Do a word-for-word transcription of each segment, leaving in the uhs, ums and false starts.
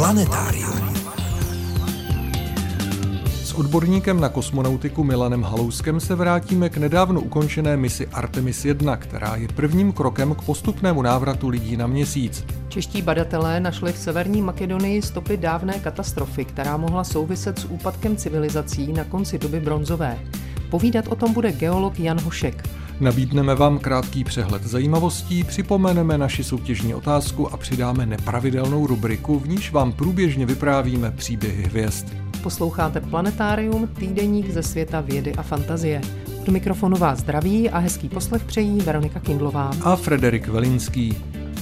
Planetárium. S odborníkem na kosmonautiku Milanem Halouskem se vrátíme k nedávno ukončené misi Artemis jedna, která je prvním krokem k postupnému návratu lidí na Měsíc. Čeští badatelé našli v Severní Makedonii stopy dávné katastrofy, která mohla souviset s úpadkem civilizací na konci doby bronzové. Povídat o tom bude geolog Jan Hošek. Nabídneme vám krátký přehled zajímavostí, připomeneme naši soutěžní otázku a přidáme nepravidelnou rubriku, v níž vám průběžně vyprávíme příběhy hvězd. Posloucháte Planetárium, týdeník ze světa vědy a fantazie. Od mikrofonu vás zdraví a hezký poslech přejí Veronika Kindlová a Frederik Velinský.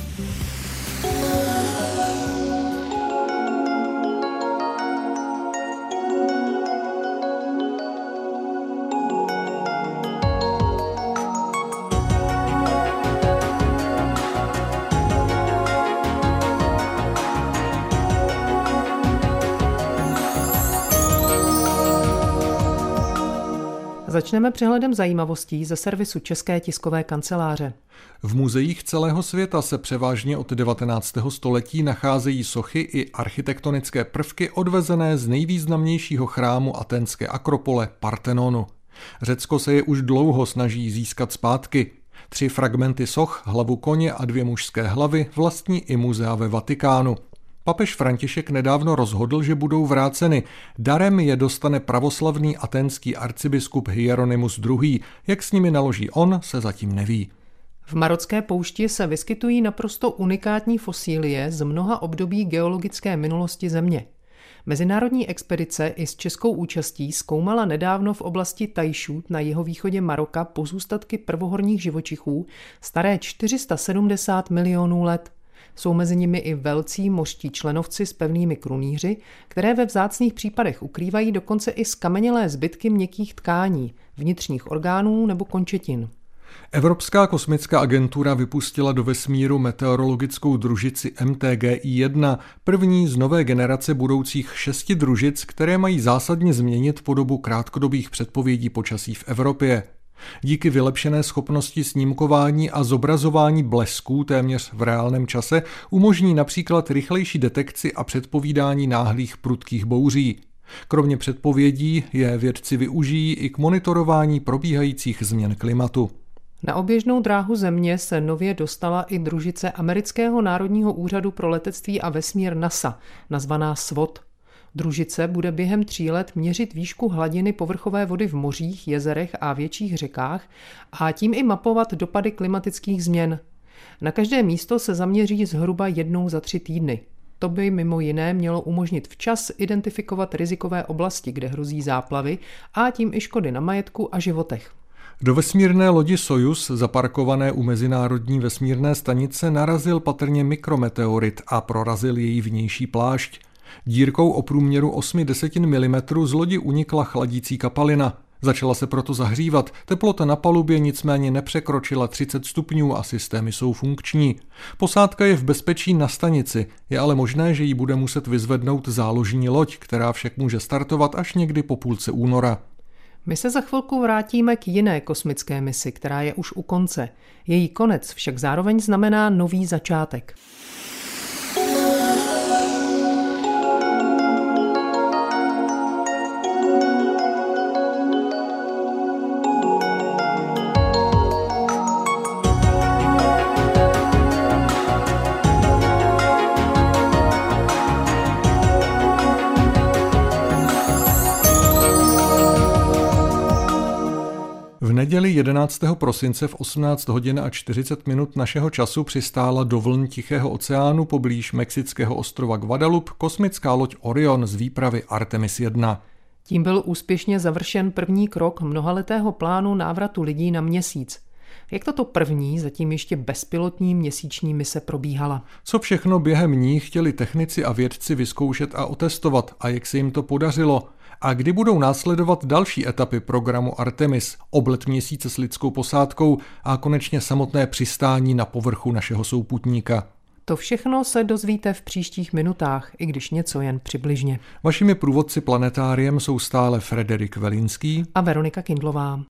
Začneme přehledem zajímavostí ze servisu České tiskové kanceláře. V muzeích celého světa se převážně od devatenáctého století nacházejí sochy i architektonické prvky odvezené z nejvýznamnějšího chrámu athénské Akropole Partenonu. Řecko se je už dlouho snaží získat zpátky. Tři fragmenty soch, hlavu koně a dvě mužské hlavy vlastní i muzea ve Vatikánu. Papež František nedávno rozhodl, že budou vráceny. Darem je dostane pravoslavný athénský arcibiskup Hieronymus druhý. Jak s nimi naloží on, se zatím neví. V marocké poušti se vyskytují naprosto unikátní fosílie z mnoha období geologické minulosti Země. Mezinárodní expedice i s českou účastí zkoumala nedávno v oblasti Tajšút na jihovýchodě Maroka pozůstatky prvohorních živočichů staré čtyři sta sedmdesát milionů let. Jsou mezi nimi i velcí mořští členovci s pevnými krunýři, které ve vzácných případech ukrývají dokonce i zkamenělé zbytky měkkých tkání, vnitřních orgánů nebo končetin. Evropská kosmická agentura vypustila do vesmíru meteorologickou družici M T G I jedna, první z nové generace budoucích šesti družic, které mají zásadně změnit podobu krátkodobých předpovědí počasí v Evropě. Díky vylepšené schopnosti snímkování a zobrazování blesků téměř v reálném čase umožní například rychlejší detekci a předpovídání náhlých prudkých bouří. Kromě předpovědí je vědci využijí i k monitorování probíhajících změn klimatu. Na oběžnou dráhu Země se nově dostala i družice Amerického národního úřadu pro letectví a vesmír NASA, nazvaná S W O T. Družice bude během tří let měřit výšku hladiny povrchové vody v mořích, jezerech a větších řekách a tím i mapovat dopady klimatických změn. Na každé místo se zaměří zhruba jednou za tři týdny. To by mimo jiné mělo umožnit včas identifikovat rizikové oblasti, kde hrozí záplavy a tím i škody na majetku a životech. Do vesmírné lodi Sojuz, zaparkované u Mezinárodní vesmírné stanice, narazil patrně mikrometeorit a prorazil její vnější plášť. Dírkou o průměru osm desetin milimetru z lodi unikla chladící kapalina. Začala se proto zahřívat, teplota na palubě nicméně nepřekročila třicet stupňů a systémy jsou funkční. Posádka je v bezpečí na stanici, je ale možné, že ji bude muset vyzvednout záložní loď, která však může startovat až někdy po půlce února. My se za chvilku vrátíme k jiné kosmické misi, která je už u konce. Její konec však zároveň znamená nový začátek. V neděli jedenáctého prosince v osmnáct hodin a čtyřicet minut našeho času přistála do vln Tichého oceánu poblíž mexického ostrova Guadalupe kosmická loď Orion z výpravy Artemis jedna. Tím byl úspěšně završen první krok mnohaletého plánu návratu lidí na Měsíc. Jak tato první, zatím ještě bezpilotní měsíční mise probíhala? Co všechno během ní chtěli technici a vědci vyzkoušet a otestovat a jak se jim to podařilo? A kdy budou následovat další etapy programu Artemis, oblet Měsíce s lidskou posádkou a konečně samotné přistání na povrchu našeho souputníka? To všechno se dozvíte v příštích minutách, i když něco jen přibližně. Vašimi průvodci Planetáriem jsou stále Frederik Velinský a Veronika Kindlová.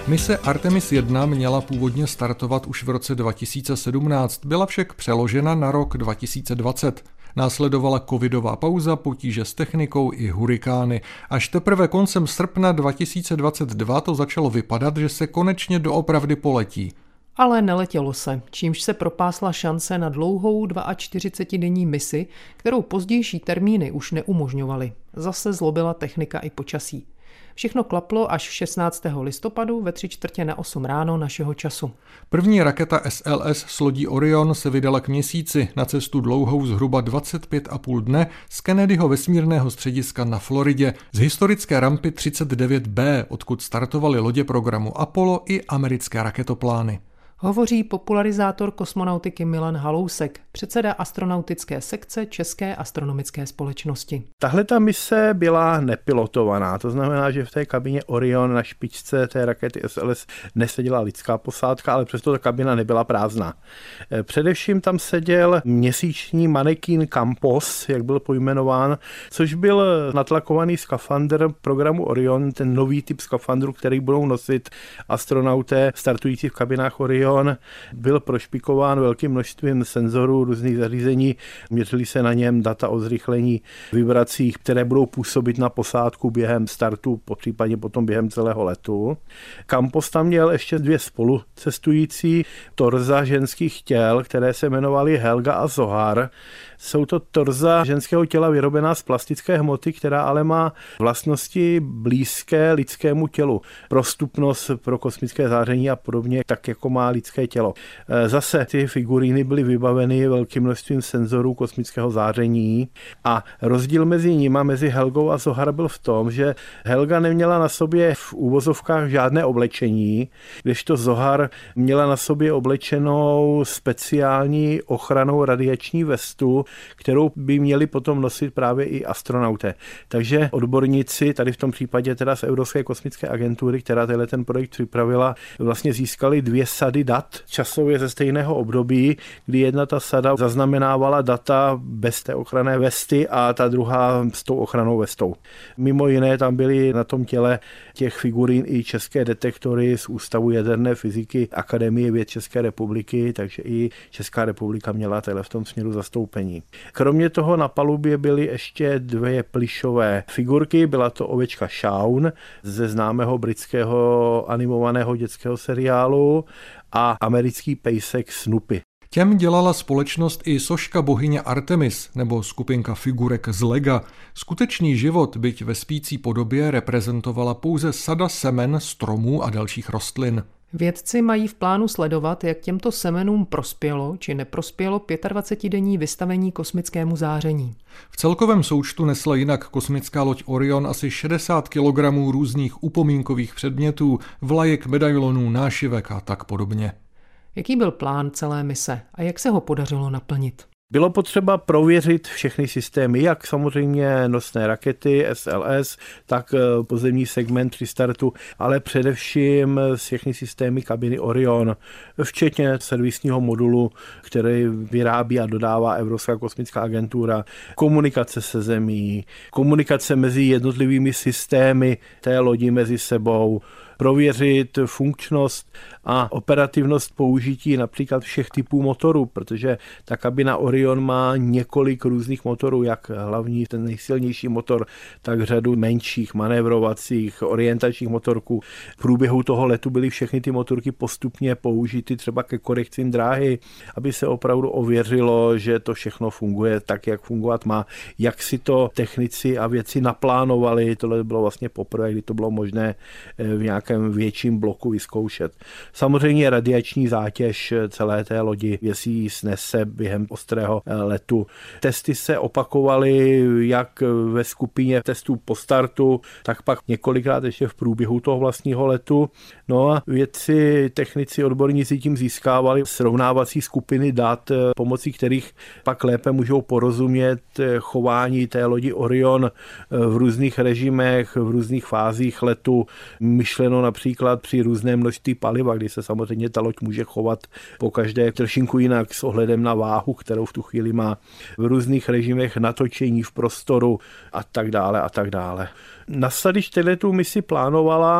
Mise Artemis jedna měla původně startovat už v roce dva tisíce sedmnáct, byla však přeložena na rok dva tisíce dvacet. Následovala covidová pauza, potíže s technikou i hurikány. Až teprve koncem srpna dva tisíce dvacet dva to začalo vypadat, že se konečně doopravdy poletí. Ale neletělo se, čímž se propásla šance na dlouhou čtyřicetidenní misi, kterou pozdější termíny už neumožňovaly. Zase zlobila technika i počasí. Všechno klaplo až šestnáctého listopadu ve tři čtvrtě na osm ráno našeho času. První raketa S L S s lodí Orion se vydala k Měsíci na cestu dlouhou zhruba dvacet pět a půl dne z Kennedyho vesmírného střediska na Floridě, z historické rampy třicet devět B, odkud startovaly lodě programu Apollo i americké raketoplány. Hovoří popularizátor kosmonautiky Milan Halousek, předseda astronautické sekce České astronomické společnosti. Tahle ta mise byla nepilotovaná, to znamená, že v té kabině Orion na špičce té rakety S L S neseděla lidská posádka, ale přesto ta kabina nebyla prázdná. Především tam seděl měsíční manekín Campos, jak byl pojmenován, což byl natlakovaný skafandr programu Orion, ten nový typ skafandru, který budou nosit astronauté startující v kabinách Orion. Byl prošpikován velkým množstvím senzorů, různých zařízení, měřili se na něm data o zrychlení vibrací, které budou působit na posádku během startu, popřípadě potom během celého letu. Campos tam měl ještě dvě spolucestující torza ženských těl, které se jmenovaly Helga a Zohar. Jsou to torza ženského těla vyrobená z plastické hmoty, která ale má vlastnosti blízké lidskému tělu. Prostupnost pro kosmické záření a podobně, tak jako má lidské tělo. Zase ty figuríny byly vybaveny velkým množstvím senzorů kosmického záření a rozdíl mezi nimi, mezi Helgou a Zohar byl v tom, že Helga neměla na sobě v úvozovkách žádné oblečení, kdežto Zohar měla na sobě oblečenou speciální ochrannou radiační vestu, kterou by měli potom nosit právě i astronauté. Takže odborníci, tady v tom případě teda z Evropské kosmické agentury, která tenhle ten projekt připravila, vlastně získali dvě sady dat časově ze stejného období, kdy jedna ta sada zaznamenávala data bez té ochranné vesty a ta druhá s tou ochrannou vestou. Mimo jiné tam byly na tom těle těch figurín i české detektory z Ústavu jaderné fyziky Akademie věd České republiky, takže i Česká republika měla téhle v tom směru zastoupení. Kromě toho na palubě byly ještě dvě plyšové figurky, byla to ovečka Shaun ze známého britského animovaného dětského seriálu a americký pejsek Snoopy. Těm dělala společnost i soška bohyně Artemis nebo skupinka figurek z lega. Skutečný život, byť ve spící podobě, reprezentovala pouze sada semen, stromů a dalších rostlin. Vědci mají v plánu sledovat, jak těmto semenům prospělo či neprospělo dvacetidenní vystavení kosmickému záření. V celkovém součtu nesla jinak kosmická loď Orion asi šedesát kilogramů různých upomínkových předmětů, vlajek, medailonů, nášivek a tak podobně. Jaký byl plán celé mise a jak se ho podařilo naplnit? Bylo potřeba prověřit všechny systémy, jak samozřejmě nosné rakety S L S, tak pozemní segment při startu, ale především všechny systémy kabiny Orion, včetně servisního modulu, který vyrábí a dodává Evropská kosmická agentura, komunikace se Zemí, komunikace mezi jednotlivými systémy té lodi mezi sebou, prověřit funkčnost a operativnost použití například všech typů motorů, protože ta kabina Orion má několik různých motorů, jak hlavní, ten nejsilnější motor, tak řadu menších manévrovacích, orientačních motorků. V průběhu toho letu byly všechny ty motorky postupně použity třeba ke korekcím dráhy, aby se opravdu ověřilo, že to všechno funguje tak, jak fungovat má, jak si to technici a vědci naplánovali. Tohle bylo vlastně poprvé, kdy to bylo možné v nějakém větším bloku vyzkoušet. Samozřejmě radiační zátěž celé té lodi, jestli ji snese během ostrého letu. Testy se opakovaly jak ve skupině testů po startu, tak pak několikrát ještě v průběhu toho vlastního letu. No a vědci, technici, odborníci tím získávali srovnávací skupiny dat, pomocí kterých pak lépe můžou porozumět chování té lodi Orion v různých režimech, v různých fázích letu, myšleno například při různé množství paliva, kdy se samozřejmě ta loď může chovat po každé trošinku jinak s ohledem na váhu, kterou v tu chvíli má, v různých režimech natočení v prostoru a tak dále a tak dále. NASA, když tu misi plánovala,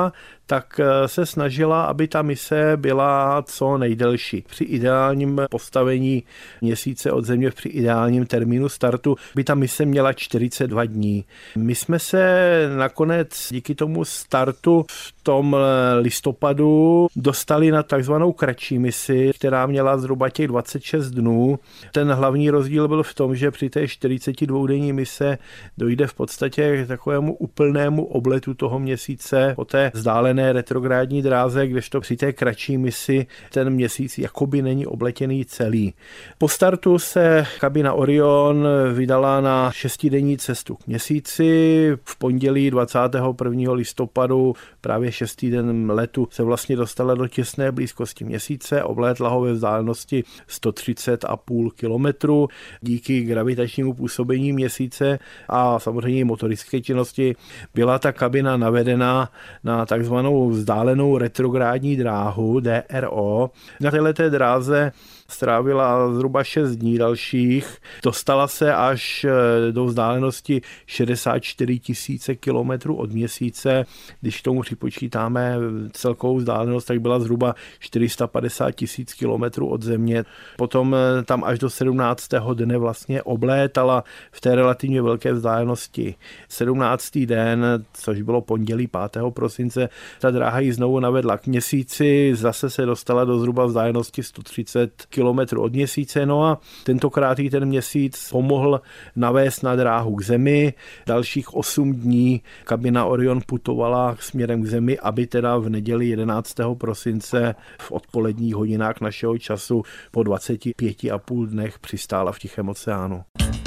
tak se snažila, aby ta mise byla co nejdelší. Při ideálním postavení měsíce od Země, při ideálním termínu startu, by ta mise měla čtyřicet dva dní. My jsme se nakonec díky tomu startu v tom listopadu dostali na takzvanou kratší misi, která měla zhruba těch dvacet šest dnů. Ten hlavní rozdíl byl v tom, že při té čtyřicetidvoudenní mise dojde v podstatě k takovému úplnému obletu toho měsíce po té vzdálené retrográdní dráze, kdežto při té kratší misi ten měsíc jakoby není obletěný celý. Po startu se kabina Orion vydala na šestidenní cestu k měsíci. V pondělí dvacátého prvního listopadu, právě šestý den letu, se vlastně dostala do těsné blízkosti měsíce, oblétla ho ve vzdálenosti sto třicet celá pět kilometru. Díky gravitačnímu působení měsíce a samozřejmě motorické činnosti byla ta kabina navedena na takzvanou vzdálenou retrográdní dráhu D R O. Na této dráze strávila zhruba šest dní dalších. Dostala se až do vzdálenosti šedesát čtyři tisíc kilometrů od měsíce. Když k tomu připočítáme celkovou vzdálenost, tak byla zhruba čtyři sta padesát tisíc kilometrů od Země. Potom tam až do sedmnáctého dne vlastně oblétala v té relativně velké vzdálenosti. sedmnáctý den, což bylo pondělí pátého prosince, ta dráha ji znovu navedla k měsíci, zase se dostala do zhruba vzdálenosti sto třicet kilometrů od měsíce, no a tentokrát jí ten měsíc pomohl navést na dráhu k Zemi. Dalších osm dní kabina Orion putovala směrem k Zemi, aby teda v neděli jedenáctého prosince v odpoledních hodinách našeho času po dvaceti pěti a půl dnech přistála v Tichém oceánu.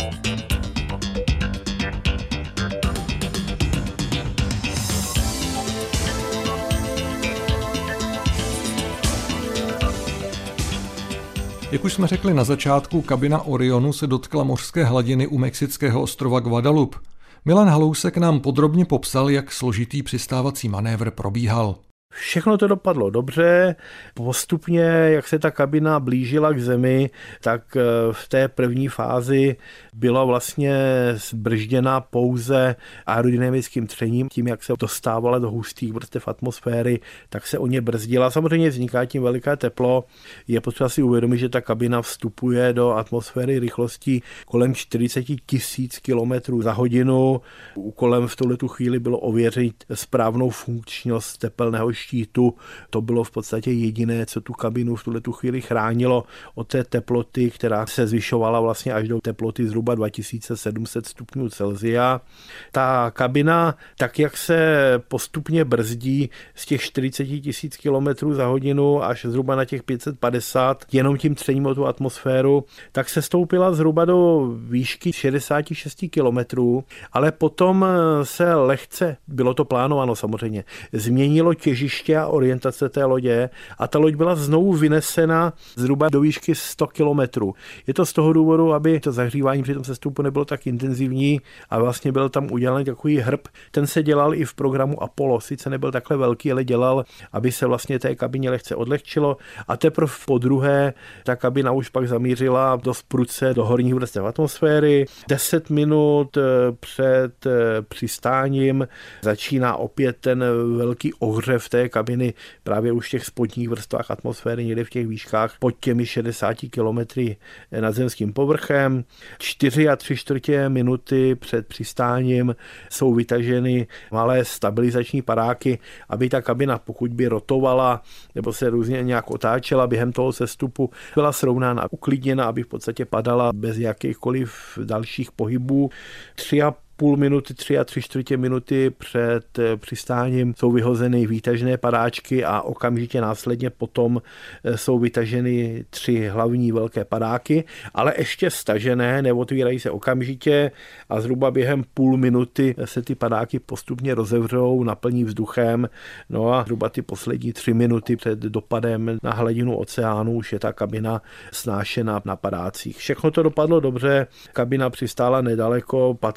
Jak už jsme řekli na začátku, kabina Orionu se dotkla mořské hladiny u mexického ostrova Guadalupe. Milan Halousek nám podrobně popsal, jak složitý přistávací manévr probíhal. Všechno to dopadlo dobře. Postupně, jak se ta kabina blížila k Zemi, tak v té první fázi byla vlastně zbržděna pouze aerodynamickým třením. Tím, jak se dostávala do hustých vrstev atmosféry, tak se o ně brzdila. Samozřejmě vzniká tím veliké teplo. Je potřeba si uvědomit, že ta kabina vstupuje do atmosféry rychlostí kolem čtyřicet tisíc kilometrů za hodinu. Úkolem v tuhletu chvíli bylo ověřit správnou funkčnost tepelného štítu. To bylo v podstatě jediné, co tu kabinu v tuhletu chvíli chránilo od té teploty, která se zvyšovala vlastně až do teploty zhruba dva tisíce sedm set stupňů Celsia. Ta kabina, tak jak se postupně brzdí z těch čtyřicet tisíc kilometrů za hodinu až zhruba na těch pět set padesát, jenom tím třením o tu atmosféru, tak se stoupila zhruba do výšky šedesát šest kilometrů, ale potom se lehce, bylo to plánováno samozřejmě, změnilo těžiště a orientace té lodě a ta loď byla znovu vynesena zhruba do výšky sto kilometrů. Je to z toho důvodu, aby to zahřívání při tom sestupu nebylo tak intenzivní a vlastně byl tam udělaný takový hrb. Ten se dělal i v programu Apollo, sice nebyl takhle velký, ale dělal, aby se vlastně té kabině lehce odlehčilo a teprve podruhé ta kabina už pak zamířila dost prudce do horních vrstev atmosféry. deset minut před přistáním začíná opět ten velký ohřev té kabiny právě už v těch spodních vrstvách atmosféry, někde v těch výškách pod těmi šedesáti kilometry nad zemským povrchem. Čtyři a tři čtvrtě minuty před přistáním jsou vytaženy malé stabilizační padáky, aby ta kabina, pokud by rotovala nebo se různě nějak otáčela během toho sestupu, byla srovnána, uklidněna, aby v podstatě padala bez jakýchkoliv dalších pohybů. Tři a půl minuty, tři a tři čtvrtě minuty před přistáním jsou vyhozeny výtažné padáčky a okamžitě následně potom jsou vytaženy tři hlavní velké padáky, ale ještě stažené, neotvírají se okamžitě a zhruba během půl minuty se ty padáky postupně rozevřou, naplní vzduchem, no a zhruba ty poslední tři minuty před dopadem na hladinu oceánu už je ta kabina snášena na padácích. Všechno to dopadlo dobře, kabina přistála nedaleko patrolující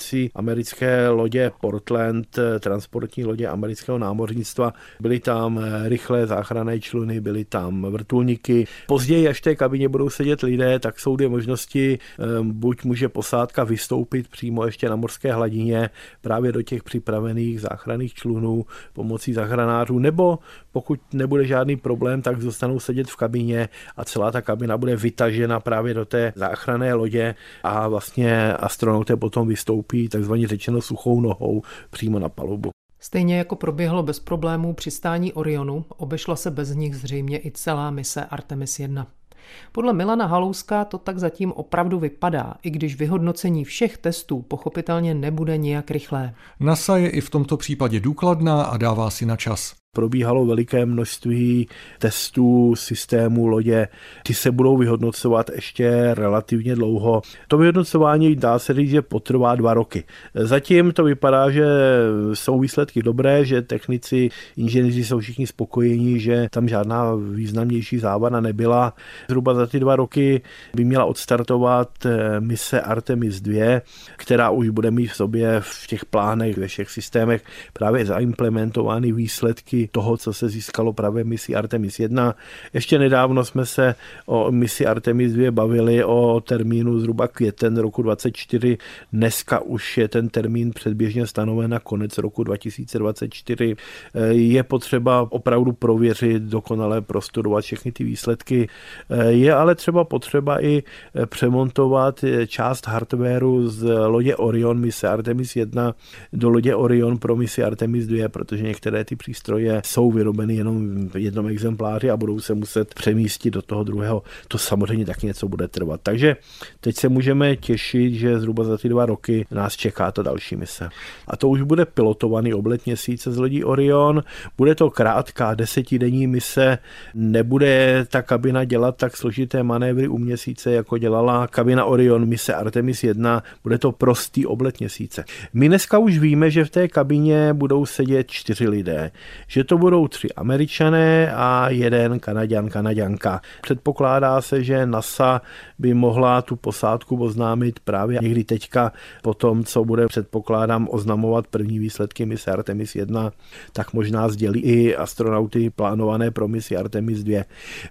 pomocí americké lodě Portland, transportní lodě amerického námořnictva. Byly tam rychlé záchranné čluny, byly tam vrtulníky. Později, až v té kabině budou sedět lidé, tak jsou dvě možnosti. Buď může posádka vystoupit přímo ještě na mořské hladině právě do těch připravených záchranných člunů pomocí záchranářů, nebo pokud nebude žádný problém, tak zůstanou sedět v kabině a celá ta kabina bude vytažena právě do té záchranné lodě a vlastně astronauté potom vystoupí takzvaně řečeno suchou nohou přímo na palubu. Stejně jako proběhlo bez problémů přistání Orionu, obešla se bez nich zřejmě i celá mise Artemis jedna. Podle Milana Halouska to tak zatím opravdu vypadá, i když vyhodnocení všech testů pochopitelně nebude nijak rychlé. NASA je i v tomto případě důkladná a dává si na čas. Probíhalo veliké množství testů systému lodě. Ty se budou vyhodnocovat ještě relativně dlouho. To vyhodnocování dá se říct, že potrvá dva roky. Zatím to vypadá, že jsou výsledky dobré, že technici, inženýři jsou všichni spokojení, že tam žádná významnější závada nebyla. Zhruba za ty dva roky by měla odstartovat mise Artemis dva, která už bude mít v sobě v těch plánech, ve všech systémech právě zaimplementovány výsledky toho, co se získalo právě misi Artemis jedna. Ještě nedávno jsme se o misi Artemis dva bavili o termínu zhruba květen roku dvacet čtyři. Dneska už je ten termín předběžně stanoven na konec roku dva tisíce dvacet čtyři. Je potřeba opravdu prověřit, dokonale prostudovat všechny ty výsledky. Je ale třeba potřeba i přemontovat část hardwaru z lodě Orion mise Artemis jedna do lodě Orion pro misi Artemis dva, protože některé ty přístroje jsou vyrobeny jenom v jednom exempláři a budou se muset přemístit do toho druhého. To samozřejmě taky něco bude trvat. Takže teď se můžeme těšit, že zhruba za ty dva roky nás čeká ta další mise. A to už bude pilotovaný oblet měsíce z lodí Orion. Bude to krátká desetidenní mise. Nebude ta kabina dělat tak složité manévry u měsíce, jako dělala kabina Orion mise Artemis jedna. Bude to prostý oblet měsíce. My dneska už víme, že v té kabině budou sedět čtyři lidé. Že to budou tři Američané a jeden Kanaďan, Kanaďanka. Předpokládá se, že NASA by mohla tu posádku oznámit právě někdy teďka po tom, co bude, předpokládám, oznamovat první výsledky mise Artemis jedna, tak možná sdělí i astronauty plánované pro misi Artemis dva.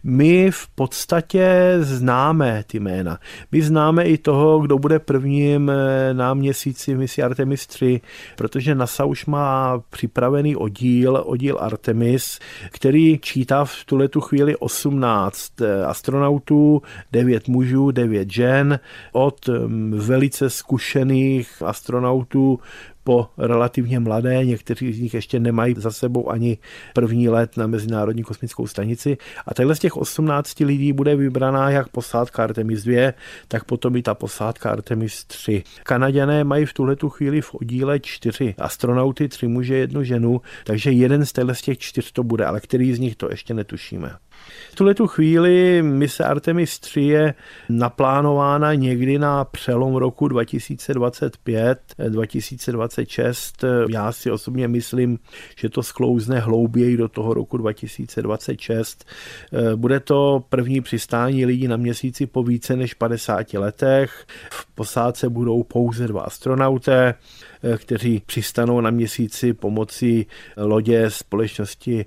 My v podstatě známe ty jména. My známe i toho, kdo bude prvním na měsíci misi Artemis tři, protože NASA už má připravený oddíl, oddíl Artemis, který čítá v tuhletu chvíli osmnáct astronautů, devět mužů, devět žen, od velice zkušených astronautů po relativně mladé, někteří z nich ještě nemají za sebou ani první let na Mezinárodní kosmickou stanici. A takhle z těch osmnácti lidí bude vybraná jak posádka Artemis dva, tak potom i ta posádka Artemis tři. Kanaďané mají v tuhletu chvíli v oddíle čtyři astronauty, tři muže, jednu ženu, takže jeden z z těch čtyř to bude, ale který z nich to ještě netušíme. V tuhletu chvíli mise Artemis tři je naplánována někdy na přelom roku dva tisíce dvacet pět dva tisíce dvacet šest. Já si osobně myslím, že to sklouzne hlouběji do toho roku dva tisíce dvacet šest. Bude to první přistání lidí na měsíci po více než padesáti letech. V posádce budou pouze dva astronauté, kteří přistanou na měsíci pomocí lodě společnosti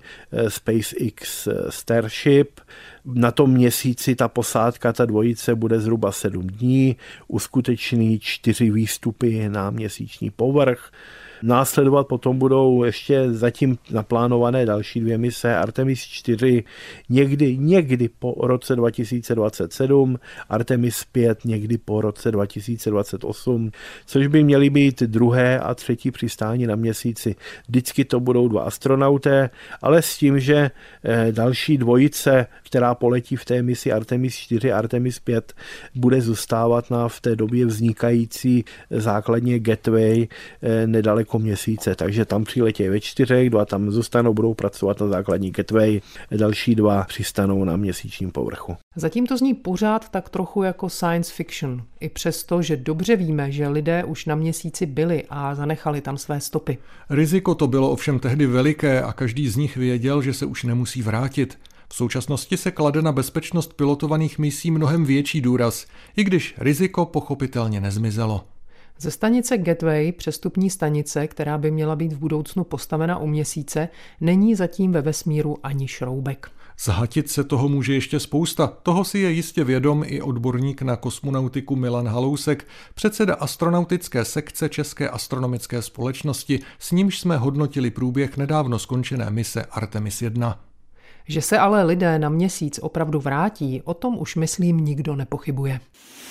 SpaceX Starship. Na tom měsíci ta posádka, ta dvojice bude zhruba sedm dní, uskuteční čtyři výstupy na měsíční povrch. Následovat potom budou ještě zatím naplánované další dvě mise Artemis čtyři někdy, někdy po roce dva tisíce dvacet sedm, Artemis pět někdy po roce dva tisíce dvacet osm, což by měly být druhé a třetí přistání na měsíci. Vždycky to budou dva astronauté, ale s tím, že další dvojice, která poletí v té misi Artemis čtyři, Artemis pět, bude zůstávat na v té době vznikající základně Gateway nedaleko měsíce, takže tam přiletějí ve čtyřech, dva tam zůstanou, budou pracovat na základní Gateway, další dva přistanou na měsíčním povrchu. Zatím to zní pořád tak trochu jako science fiction, i přesto, že dobře víme, že lidé už na měsíci byli a zanechali tam své stopy. Riziko to bylo ovšem tehdy veliké a každý z nich věděl, že se už nemusí vrátit. V současnosti se klade na bezpečnost pilotovaných misí mnohem větší důraz, i když riziko pochopitelně nezmizelo. Ze stanice Gateway, přestupní stanice, která by měla být v budoucnu postavena u Měsíce, není zatím ve vesmíru ani šroubek. Zhatit se toho může ještě spousta. Toho si je jistě vědom i odborník na kosmonautiku Milan Halousek, předseda astronautické sekce České astronomické společnosti, s nímž jsme hodnotili průběh nedávno skončené mise Artemis jedna. Že se ale lidé na Měsíc opravdu vrátí, o tom už myslím nikdo nepochybuje.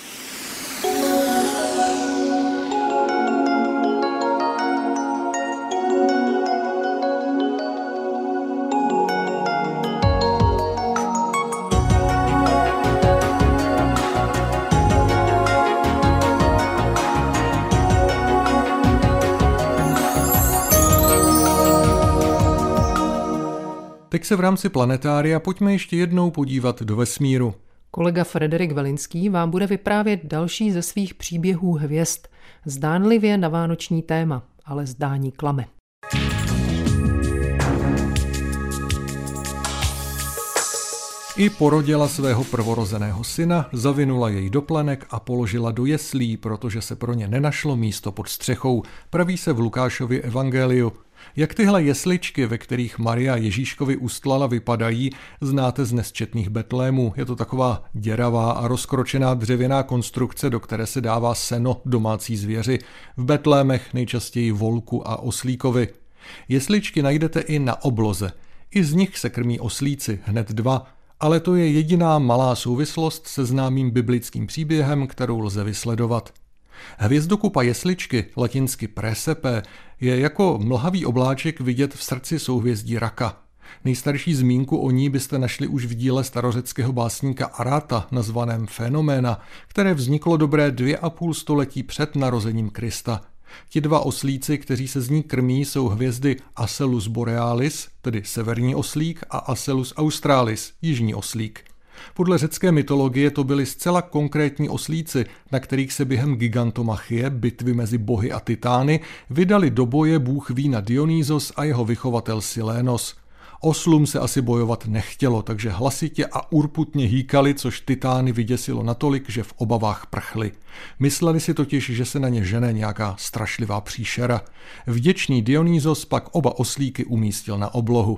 Teď se v rámci planetária pojďme ještě jednou podívat do vesmíru. Kolega Frederik Velinský vám bude vyprávět další ze svých příběhů hvězd, zdánlivě na vánoční téma, ale zdání klame. I porodila svého prvorozeného syna, zavinula jej do plenek a položila do jeslí, protože se pro ně nenašlo místo pod střechou, praví se v Lukášově evangeliu. Jak tyhle jesličky, ve kterých Maria Ježíškovi ustlala, vypadají, znáte z nesčetných betlémů. Je to taková děravá a rozkročená dřevěná konstrukce, do které se dává seno domácí zvěři. V betlémech nejčastěji volku a oslíkovi. Jesličky najdete i na obloze. I z nich se krmí oslíci, hned dva. Ale to je jediná malá souvislost se známým biblickým příběhem, kterou lze vysledovat. Hvězdokupa jesličky, latinsky praesepe, je jako mlhavý obláček vidět v srdci souhvězdí Raka. Nejstarší zmínku o ní byste našli už v díle starořeckého básníka Aráta, nazvaném Fenoména, které vzniklo dobré dvě a půl století před narozením Krista. Ti dva oslíci, kteří se z ní krmí, jsou hvězdy Asellus borealis, tedy severní oslík, a Asellus australis, jižní oslík. Podle řecké mytologie to byli zcela konkrétní oslíci, na kterých se během gigantomachie, bitvy mezi bohy a titány, vydali do boje bůh vína Dionysos a jeho vychovatel Silénos. Oslům se asi bojovat nechtělo, takže hlasitě a urputně hýkali, což titány vyděsilo natolik, že v obavách prchli. Mysleli si totiž, že se na ně žene nějaká strašlivá příšera. Vděčný Dionysos pak oba oslíky umístil na oblohu.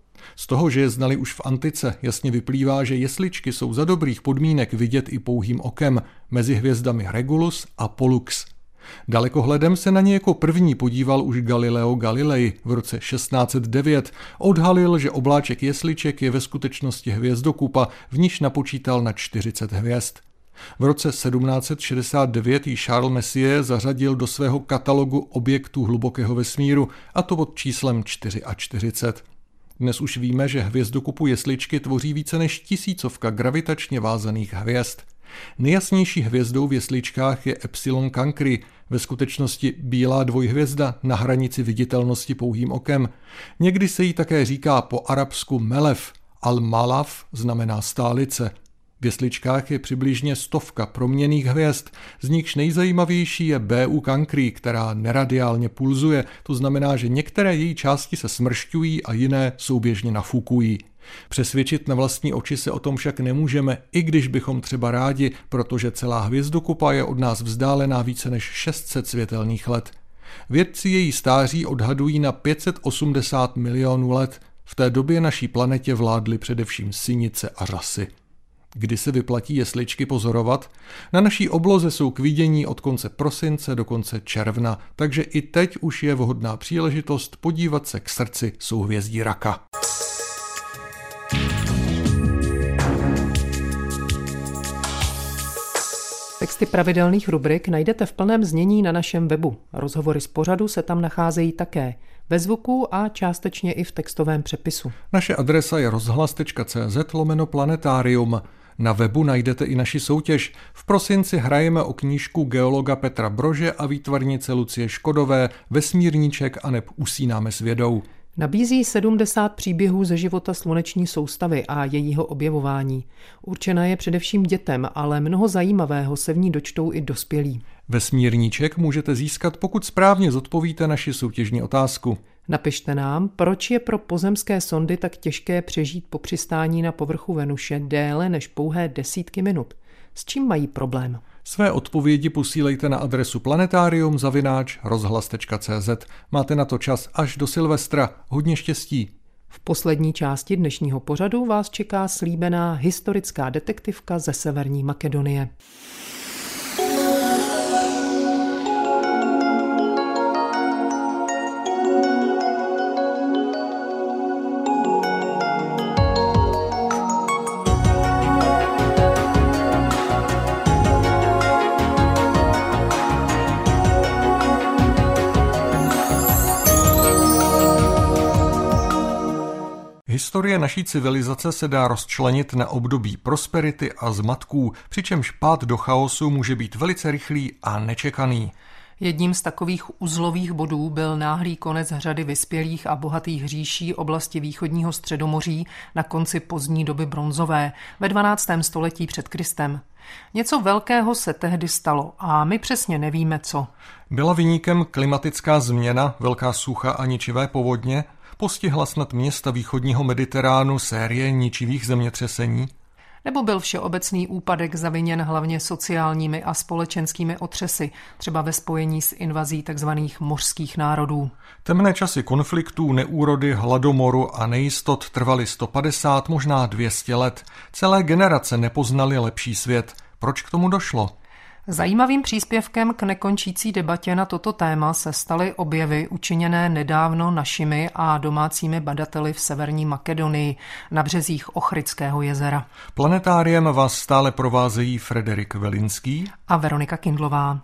Z toho, že je znali už v antice, jasně vyplývá, že jesličky jsou za dobrých podmínek vidět i pouhým okem mezi hvězdami Regulus a Pollux. Dalekohledem se na ně jako první podíval už Galileo Galilei v roce šestnáct set devět. Odhalil, že obláček jesliček je ve skutečnosti hvězdokupa, v níž napočítal na čtyřicet hvězd. V roce sedmnáct set šedesát devět ji Charles Messier zařadil do svého katalogu objektů hlubokého vesmíru, a to pod číslem čtyřicet čtyři. Dnes už víme, že hvězdokupu jesličky tvoří více než tisícovka gravitačně vázaných hvězd. Nejjasnější hvězdou v jesličkách je Epsilon Cancri, ve skutečnosti bílá dvojhvězda na hranici viditelnosti pouhým okem. Někdy se jí také říká po arabsku Melef, al-Malaf znamená stálice. V jesličkách je přibližně stovka proměnných hvězd, z nichž nejzajímavější je B U Cancri, která neradiálně pulzuje, to znamená, že některé její části se smršťují a jiné souběžně nafukují. Přesvědčit na vlastní oči se o tom však nemůžeme, i když bychom třeba rádi, protože celá hvězdokupa je od nás vzdálená více než šest set světelných let. Vědci její stáří odhadují na pět set osmdesát milionů let. V té době naší planetě vládly především sinice a řasy. Kdy se vyplatí jesličky pozorovat? Na naší obloze jsou k vidění od konce prosince do konce června, takže i teď už je vhodná příležitost podívat se k srdci souhvězdí Raka. Texty pravidelných rubrik najdete v plném znění na našem webu. Rozhovory z pořadu se tam nacházejí také ve zvuku a částečně i v textovém přepisu. Naše adresa je rozhlas tečka cé zet lomeno planetarium. Na webu najdete i naši soutěž. V prosinci hrajeme o knížku geologa Petra Brože a výtvarnice Lucie Škodové Vesmírníček aneb Usínáme s vědou. Nabízí sedmdesát příběhů ze života sluneční soustavy a jejího objevování. Určená je především dětem, ale mnoho zajímavého se v ní dočtou i dospělí. Vesmírníček můžete získat, pokud správně zodpovíte naši soutěžní otázku. Napište nám, proč je pro pozemské sondy tak těžké přežít po přistání na povrchu Venuše déle než pouhé desítky minut. S čím mají problém? Své odpovědi posílejte na adresu planetarium zavináč rozhlas tečka cé zet. Máte na to čas až do Silvestra. Hodně štěstí. V poslední části dnešního pořadu vás čeká slíbená historická detektivka ze Severní Makedonie. Historie naší civilizace se dá rozčlenit na období prosperity a zmatků, přičemž pád do chaosu může být velice rychlý a nečekaný. Jedním z takových uzlových bodů byl náhlý konec řady vyspělých a bohatých říší oblasti východního Středomoří na konci pozdní doby bronzové, ve dvanáctém století před Kristem. Něco velkého se tehdy stalo a my přesně nevíme co. Byla viníkem klimatická změna, velká sucha a ničivé povodně? Postihla snad města východního Mediteránu série ničivých zemětřesení? Nebo byl všeobecný úpadek zaviněn hlavně sociálními a společenskými otřesy, třeba ve spojení s invazí tzv. Mořských národů? Temné časy konfliktů, neúrody, hladomoru a nejistot trvaly sto padesát, možná dvě stě let. Celé generace nepoznaly lepší svět. Proč k tomu došlo? Zajímavým příspěvkem k nekončící debatě na toto téma se staly objevy učiněné nedávno našimi a domácími badateli v Severní Makedonii na březích Ochridského jezera. Planetáriem vás stále provázejí Frederik Velinský a Veronika Kindlová.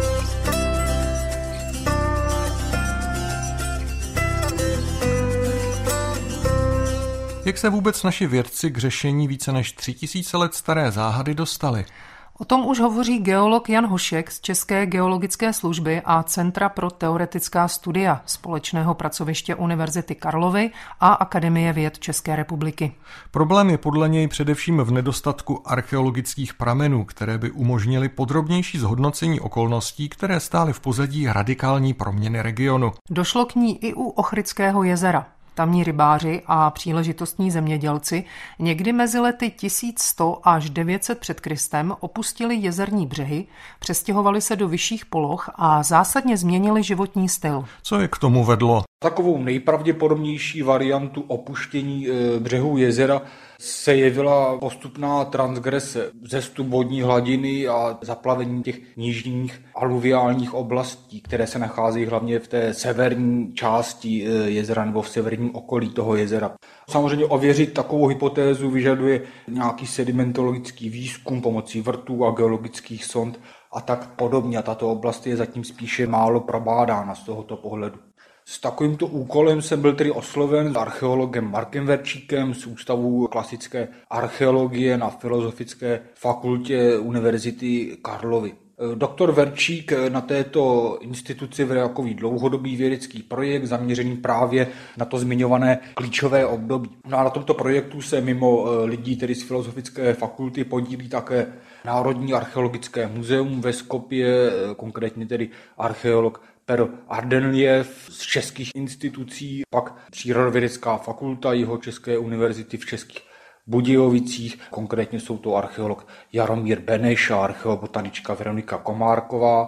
Jak se vůbec naši vědci k řešení více než tři tisíce let staré záhady dostali? O tom už hovoří geolog Jan Hošek z České geologické služby a Centra pro teoretická studia společného pracoviště Univerzity Karlovy a Akademie věd České republiky. Problém je podle něj především v nedostatku archeologických pramenů, které by umožnily podrobnější zhodnocení okolností, které stály v pozadí radikální proměny regionu. Došlo k ní i u Ochridského jezera. Tamní rybáři a příležitostní zemědělci někdy mezi lety tisíc sto až devět set před Kristem opustili jezerní břehy, přestěhovali se do vyšších poloh a zásadně změnili životní styl. Co je k tomu vedlo? Takovou nejpravděpodobnější variantu opuštění břehů jezera se jevila postupná transgrese, vzestup vodní hladiny a zaplavení těch nižních aluviálních oblastí, které se nacházejí hlavně v té severní části jezera nebo v severním okolí toho jezera. Samozřejmě ověřit takovou hypotézu vyžaduje nějaký sedimentologický výzkum pomocí vrtů a geologických sond a tak podobně. A tato oblast je zatím spíše málo probádána z tohoto pohledu. S takovýmto úkolem jsem byl tedy osloven archeologem Markem Verčíkem z Ústavu klasické archeologie na Filozofické fakultě Univerzity Karlovy. Doktor Verčík na této instituci vede takový dlouhodobý vědecký projekt zaměřený právě na to zmiňované klíčové období. No a na tomto projektu se mimo lidí tedy z Filozofické fakulty podílí také Národní archeologické muzeum ve Skopje, konkrétně tedy archeolog Per Ardenliev z českých institucí, pak Přírodovědecká fakulta Jihočeské univerzity v Českých Budějovicích, konkrétně jsou to archeolog Jaromír Beneš a archeobotanička Veronika Komárková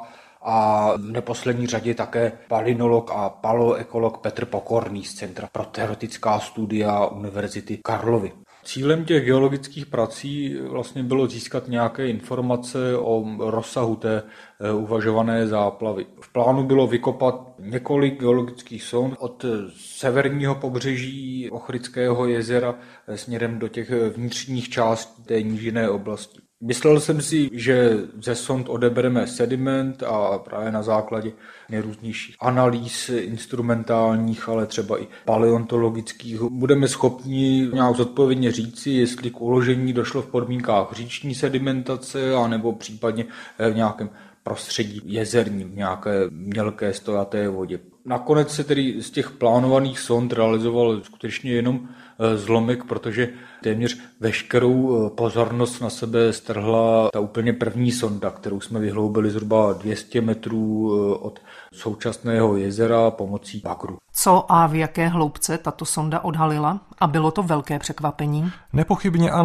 a v neposlední řadě také palinolog a paleoekolog Petr Pokorný z Centra pro teoretická studia Univerzity Karlovy. Cílem těch geologických prací vlastně bylo získat nějaké informace o rozsahu té uvažované záplavy. V plánu bylo vykopat několik geologických sond od severního pobřeží Ochridského jezera směrem do těch vnitřních částí té nížinné oblasti. Myslel jsem si, že ze sond odebereme sediment a právě na základě nejrůznějších analýz instrumentálních, ale třeba i paleontologických budeme schopni nějak zodpovědně říci, jestli k uložení došlo v podmínkách říční sedimentace anebo případně v nějakém prostředí jezerním, v nějaké mělké stojaté vodě. Nakonec se tedy z těch plánovaných sond realizoval skutečně jenom zlomek, protože téměř veškerou pozornost na sebe strhla ta úplně první sonda, kterou jsme vyhloubili zhruba dvě stě metrů od současného jezera pomocí bagru. Co a v jaké hloubce tato sonda odhalila? A bylo to velké překvapení? Nepochybně ano.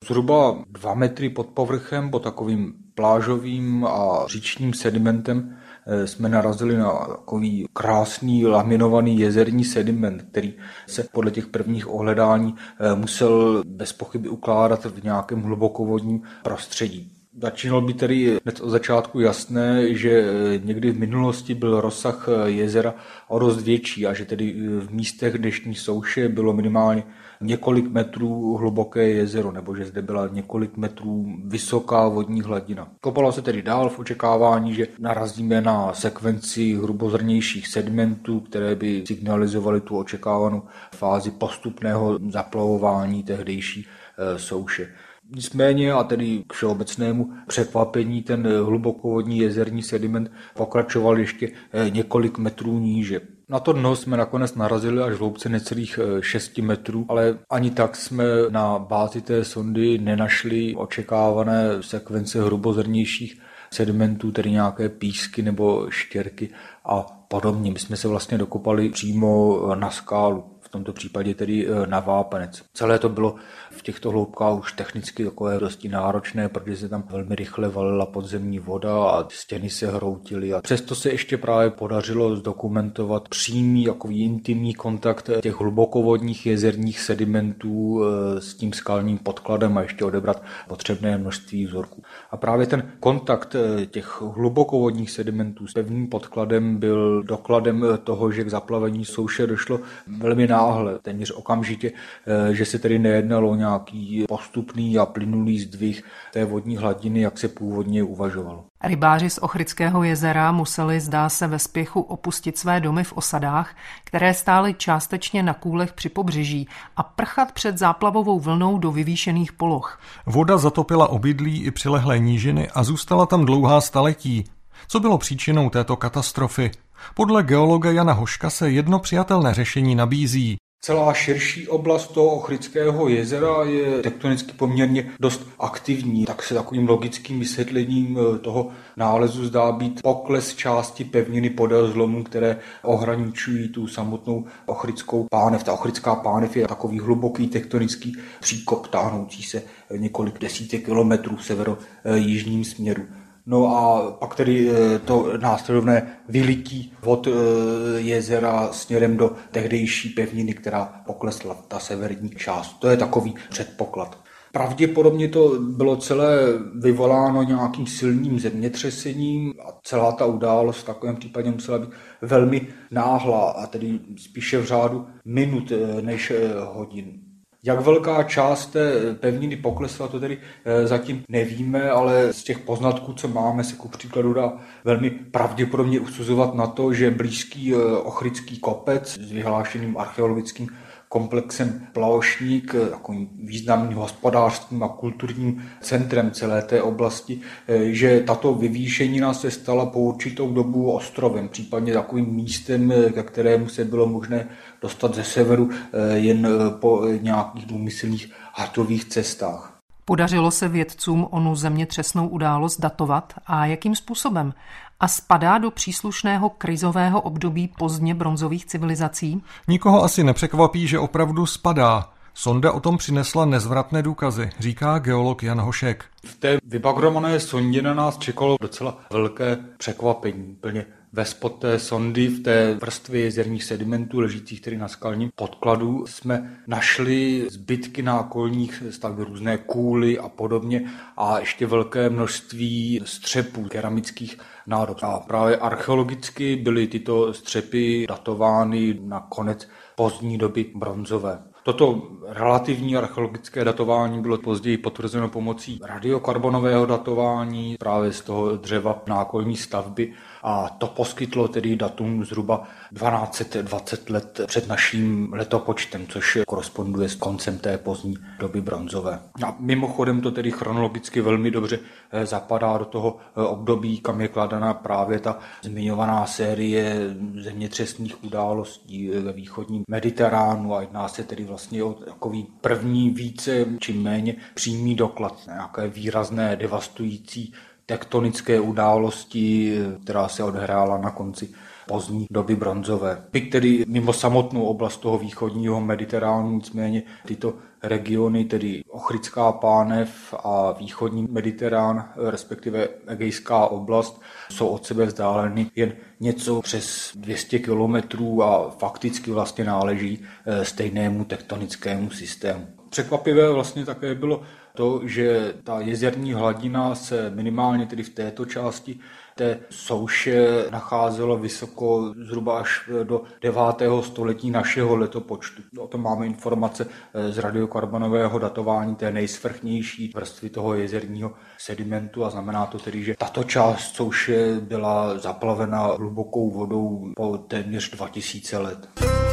Zhruba dva metry pod povrchem, pod takovým plážovým a říčním sedimentem, jsme narazili na takový krásný laminovaný jezerní sediment, který se podle těch prvních ohledání musel bez pochyby ukládat v nějakém hlubokovodním prostředí. Začínalo by tedy hned od začátku jasné, že někdy v minulosti byl rozsah jezera o dost větší a že tedy v místech dnešní souše bylo minimálně několik metrů hluboké jezero, nebo že zde byla několik metrů vysoká vodní hladina. Kopalo se tedy dál v očekávání, že narazíme na sekvenci hrubozrnějších sedimentů, které by signalizovaly tu očekávanou fázi postupného zaplavování tehdejší souše. Nicméně a tedy k všeobecnému překvapení ten hlubokovodní jezerní sediment pokračoval ještě několik metrů níže. Na to dno jsme nakonec narazili až v hloubce necelých šesti metrů, ale ani tak jsme na bázi té sondy nenašli očekávané sekvence hrubozrnějších sedimentů, tedy nějaké písky nebo štěrky a podobně. My jsme se vlastně dokopali přímo na skálu. V tomto případě tedy na vápenec. Celé to bylo v těchto hloubkách už technicky takové dosti náročné, protože se tam velmi rychle valila podzemní voda a stěny se hroutily. A přesto se ještě právě podařilo zdokumentovat přímý, takový intimní kontakt těch hlubokovodních jezerních sedimentů s tím skalním podkladem a ještě odebrat potřebné množství vzorků. A právě ten kontakt těch hlubokovodních sedimentů s pevným podkladem byl dokladem toho, že k zaplavení souše došlo velmi náhle, téměř okamžitě, že se tedy nejednalo o nějaký postupný a plynulý zdvih té vodní hladiny, jak se původně uvažovalo. Rybáři z Ochryckého jezera museli, zdá se, ve spěchu opustit své domy v osadách, které stály částečně na kůlech při pobřeží, a prchat před záplavovou vlnou do vyvýšených poloh. Voda zatopila obydlí i přilehlé nížiny a zůstala tam dlouhá staletí. Co bylo příčinou této katastrofy? Podle geologa Jana Hoška se jedno přijatelné řešení nabízí. Celá širší oblast toho Ochryckého jezera je tektonicky poměrně dost aktivní, tak se takovým logickým vysvětlením toho nálezu zdá být pokles části pevniny podél zlomů, které ohraničují tu samotnou Ochryckou pánev. Ta Ochrycká pánev je takový hluboký tektonický příkop táhnoucí se několik desítek kilometrů v severo-jižním směru. No a pak tedy to následovné vylití od jezera směrem do tehdejší pevniny, která poklesla, ta severní část. To je takový předpoklad. Pravděpodobně to bylo celé vyvoláno nějakým silným zemětřesením a celá ta událost v takovém případě musela být velmi náhlá a tedy spíše v řádu minut než hodin. Jak velká část té pevniny poklesla, to tedy zatím nevíme, ale z těch poznatků, co máme, se ku příkladu dá velmi pravděpodobně usuzovat na to, že blízký Ochrycký kopec s vyhlášeným archeologickým komplexem Plaošník, takovým významným hospodářským a kulturním centrem celé té oblasti, že tato vyvýšenina se stala po určitou dobu ostrovem, případně takovým místem, ke kterému se bylo možné dostat ze severu jen po nějakých důmyslných hatových cestách. Podařilo se vědcům onu zemětřesnou událost datovat a jakým způsobem? A spadá do příslušného krizového období pozdně bronzových civilizací? Nikoho asi nepřekvapí, že opravdu spadá. Sonda o tom přinesla nezvratné důkazy, říká geolog Jan Hošek. V té vybagrované sondě na nás čekalo docela velké překvapení. Plně vespod té sondy, v té vrstvě jezerních sedimentů, ležících tedy na skalním podkladu, jsme našli zbytky nákolních stavby, různé kůly a podobně a ještě velké množství střepů keramických nádob. A právě archeologicky byly tyto střepy datovány na konec pozdní doby bronzové. Toto relativní archeologické datování bylo později potvrzeno pomocí radiokarbonového datování právě z toho dřeva nákolní stavby a to poskytlo tedy datum zhruba dvanáct set dvacet let před naším letopočtem, což koresponduje s koncem té pozdní doby bronzové. A mimochodem to tedy chronologicky velmi dobře zapadá do toho období, kam je kladena právě ta zmiňovaná série zemětřesných událostí ve východním Mediteránu a jedná se tedy vlastně o takový první více či méně přímý doklad nějaké výrazné devastující tektonické události, která se odehrála na konci pozdní doby bronzové. Byť tedy mimo samotnou oblast toho východního Mediteránu, nicméně tyto regiony, tedy Ochridská pánev a východní Mediterán, respektive Egejská oblast, jsou od sebe vzdáleny jen něco přes dvě stě kilometrů a fakticky vlastně náleží stejnému tektonickému systému. Překvapivé vlastně také bylo to, že ta jezerní hladina se minimálně tedy v této části té souše nacházela vysoko zhruba až do devátého století našeho letopočtu. O tom máme informace z radiokarbonového datování té nejsvrchnější vrstvy toho jezerního sedimentu a znamená to tedy, že tato část souše byla zaplavena hlubokou vodou po téměř dva tisíce let.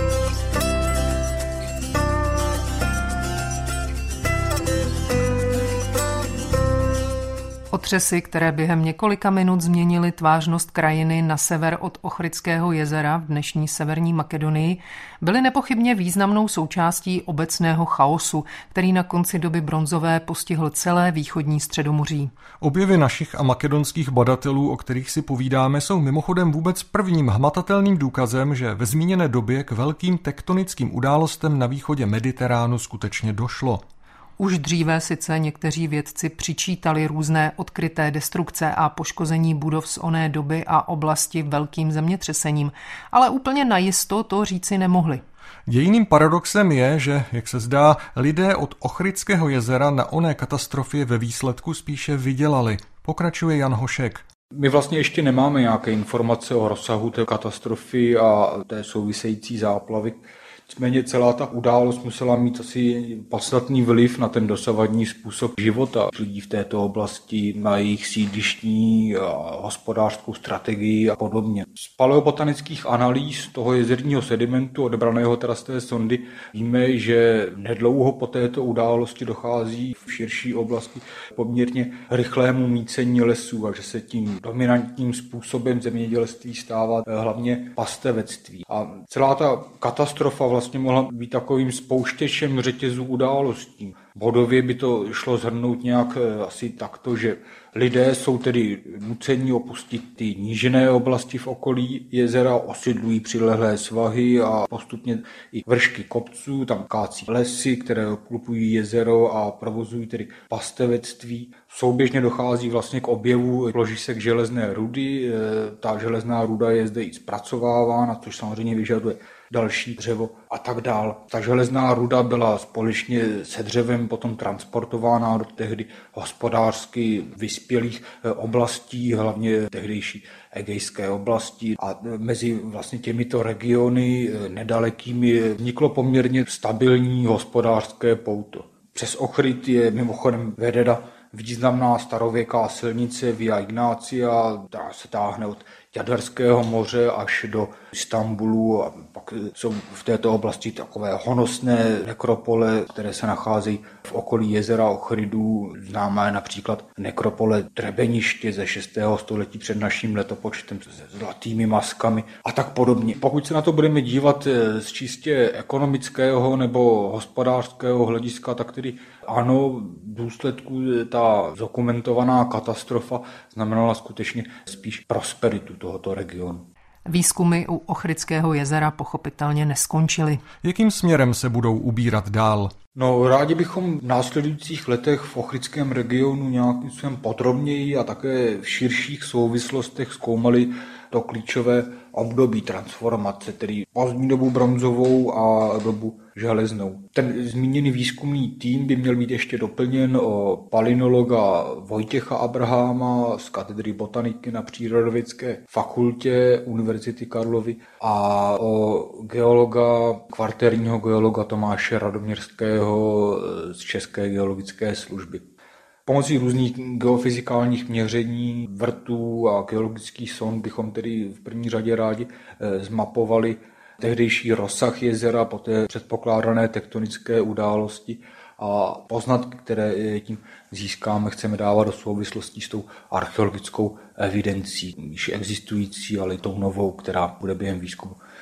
Otřesy, které během několika minut změnily tvářnost krajiny na sever od Ochridského jezera v dnešní severní Makedonii, byly nepochybně významnou součástí obecného chaosu, který na konci doby bronzové postihl celé východní Středomoří. Objevy našich a makedonských badatelů, o kterých si povídáme, jsou mimochodem vůbec prvním hmatatelným důkazem, že ve zmíněné době k velkým tektonickým událostem na východě Mediteránu skutečně došlo. Už dříve sice někteří vědci přičítali různé odkryté destrukce a poškození budov z oné doby a oblasti velkým zemětřesením, ale úplně najisto to říci nemohli. Dějinným paradoxem je, že, jak se zdá, lidé od Ochridského jezera na oné katastrofě ve výsledku spíše vydělali, pokračuje Jan Hošek. My vlastně ještě nemáme nějaké informace o rozsahu té katastrofy a té související záplavy. Nicméně celá ta událost musela mít asi podstatný vliv na ten dosavadní způsob života lidí v této oblasti, na jejich sídlištní a hospodářskou strategii a podobně. Z paleobotanických analýz toho jezerního sedimentu odebraného teda z té sondy víme, že nedlouho po této události dochází v širší oblasti poměrně rychlému mícení lesů a že se tím dominantním způsobem zemědělství stává hlavně pastevectví. A celá ta katastrofa vlastně vlastně mohla být takovým spouštěčem řetězu událostí. Bodově by to šlo shrnout nějak asi takto, že lidé jsou tedy nuceni opustit ty nížiné oblasti v okolí jezera, osidlují přilehlé svahy a postupně i vršky kopců, tam kácí lesy, které obklupují jezero a provozují tedy pastevectví. Souběžně dochází vlastně k objevu ložisek železné rudy, ta železná ruda je zde i zpracovávána, což samozřejmě vyžaduje další dřevo a tak dál. Ta železná ruda byla společně se dřevem potom transportována do tehdy hospodářsky vyspělých oblastí, hlavně tehdejší egejské oblasti a mezi vlastně těmito regiony nedalekými vzniklo poměrně stabilní hospodářské pouto. Přes Ochrid je mimochodem vedena významná starověká silnice Via Ignatia, která se táhne od Jaderského moře až do Istanbulu a pak jsou v této oblasti takové honosné nekropole, které se nacházejí v okolí jezera Ochridu. Známá je například nekropole Trebeniště ze šestého století před naším letopočtem se zlatými maskami a tak podobně. Pokud se na to budeme dívat z čistě ekonomického nebo hospodářského hlediska, tak tedy ano, v důsledku ta dokumentovaná katastrofa znamenala skutečně spíš prosperitu tohoto regionu. Výzkumy u Ochridského jezera pochopitelně neskončily. Jakým směrem se budou ubírat dál? No, rádi bychom v následujících letech v ochridském regionu nějakým způsobem podrobněji a také v širších souvislostech zkoumali to klíčové období transformace, tedy pozdní dobu bronzovou a dobu železnou. Ten zmíněný výzkumný tým by měl být ještě doplněn o palinologa Vojtěcha Abraháma z katedry botaniky na Přírodovědecké fakultě Univerzity Karlovy a o geologa, kvartérního geologa Tomáše Radoměrského z České geologické služby. Pomocí různých geofyzikálních měření, vrtů a geologických sond bychom tedy v první řadě rádi zmapovali tehdejší rozsah jezera, poté předpokládané tektonické události a poznatky, které tím získáme, chceme dávat do souvislostí s tou archeologickou evidencí, již existující, ale i tou novou, která bude během výzkumu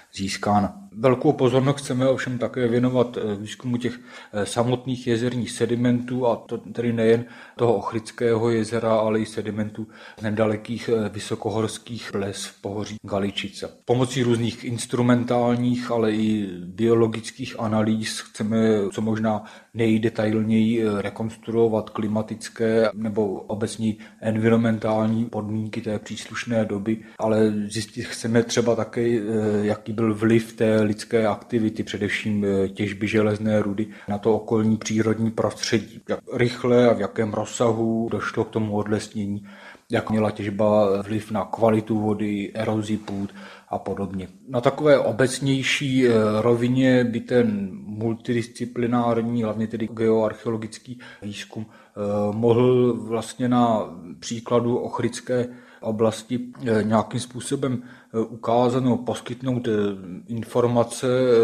získána. Velkou pozornost chceme ovšem také věnovat výzkumu těch samotných jezerních sedimentů, a to tedy nejen toho Ochridského jezera, ale i sedimentů z nedalekých vysokohorských ples v pohoří Galičice. Pomocí různých instrumentálních, ale i biologických analýz chceme co možná nejdetailněji rekonstruovat klimatické nebo obecně environmentální podmínky té příslušné doby, ale zjistit chceme třeba také, jaký byl vliv té lidské aktivity, především těžby železné rudy, na to okolní přírodní prostředí. Jak rychle a v jakém rozsahu došlo k tomu odlesnění, jak měla těžba vliv na kvalitu vody, erozi půd a podobně. Na takové obecnější rovině by ten multidisciplinární, hlavně tedy geoarcheologický výzkum mohl vlastně na příkladu Ochridské oblasti nějakým způsobem ukázat nebo poskytnout informace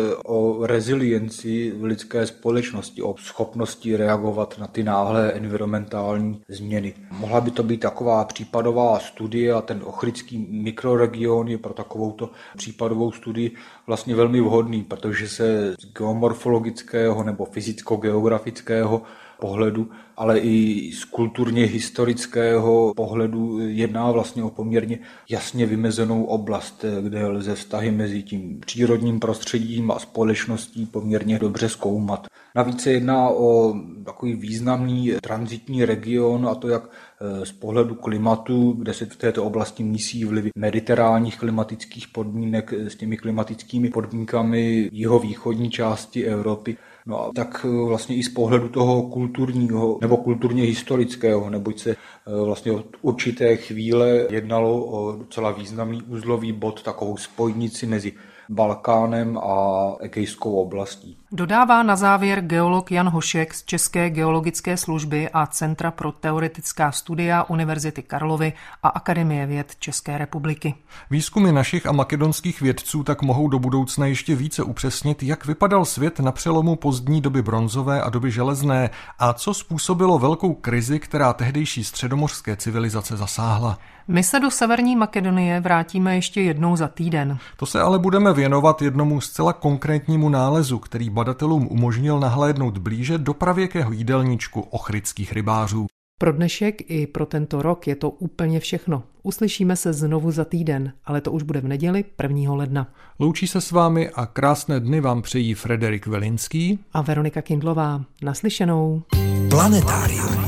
o rezilienci v lidské společnosti, o schopnosti reagovat na ty náhlé environmentální změny. Mohla by to být taková případová studie a ten ochridský mikroregion je pro takovouto případovou studii vlastně velmi vhodný, protože se z geomorfologického nebo fyzicko-geografického pohledu, ale i z kulturně historického pohledu jedná vlastně o poměrně jasně vymezenou oblast, kde lze vztahy mezi tím přírodním prostředím a společností poměrně dobře zkoumat. Navíc se jedná o takový významný tranzitní region, a to jak z pohledu klimatu, kde se v této oblasti mísí vlivy mediteránních klimatických podmínek s těmi klimatickými podmínkami jihovýchodní části Evropy. No a tak vlastně i z pohledu toho kulturního nebo kulturně historického, neboť se vlastně od určité chvíle jednalo o docela významný uzlový bod, takovou spojnici mezi Balkánem a Egejskou oblastí. Dodává na závěr geolog Jan Hošek z České geologické služby a Centra pro teoretická studia Univerzity Karlovy a Akademie věd České republiky. Výzkumy našich a makedonských vědců tak mohou do budoucna ještě více upřesnit, jak vypadal svět na přelomu pozdní doby bronzové a doby železné a co způsobilo velkou krizi, která tehdejší středomořské civilizace zasáhla. My se do Severní Makedonie vrátíme ještě jednou za týden. To se ale budeme věnovat jednomu zcela konkrétnímu nálezu, který badatelům umožnil nahlédnout blíže do pravěkého jídelníčku ochridských rybářů. Pro dnešek i pro tento rok je to úplně všechno. Uslyšíme se znovu za týden, ale to už bude v neděli prvního ledna. Loučí se s vámi a krásné dny vám přejí Frederik Velinský a Veronika Kindlová. Naslyšenou. Planetárium.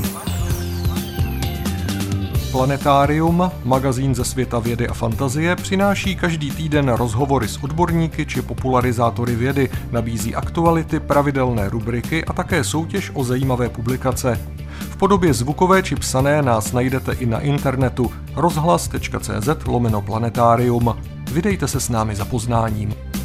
Planetárium, magazín ze světa vědy a fantazie, přináší každý týden rozhovory s odborníky či popularizátory vědy, nabízí aktuality, pravidelné rubriky a také soutěž o zajímavé publikace. V podobě zvukové či psané nás najdete i na internetu rozhlas tečka cé zet lomeno planetárium. Vydejte se s námi za poznáním.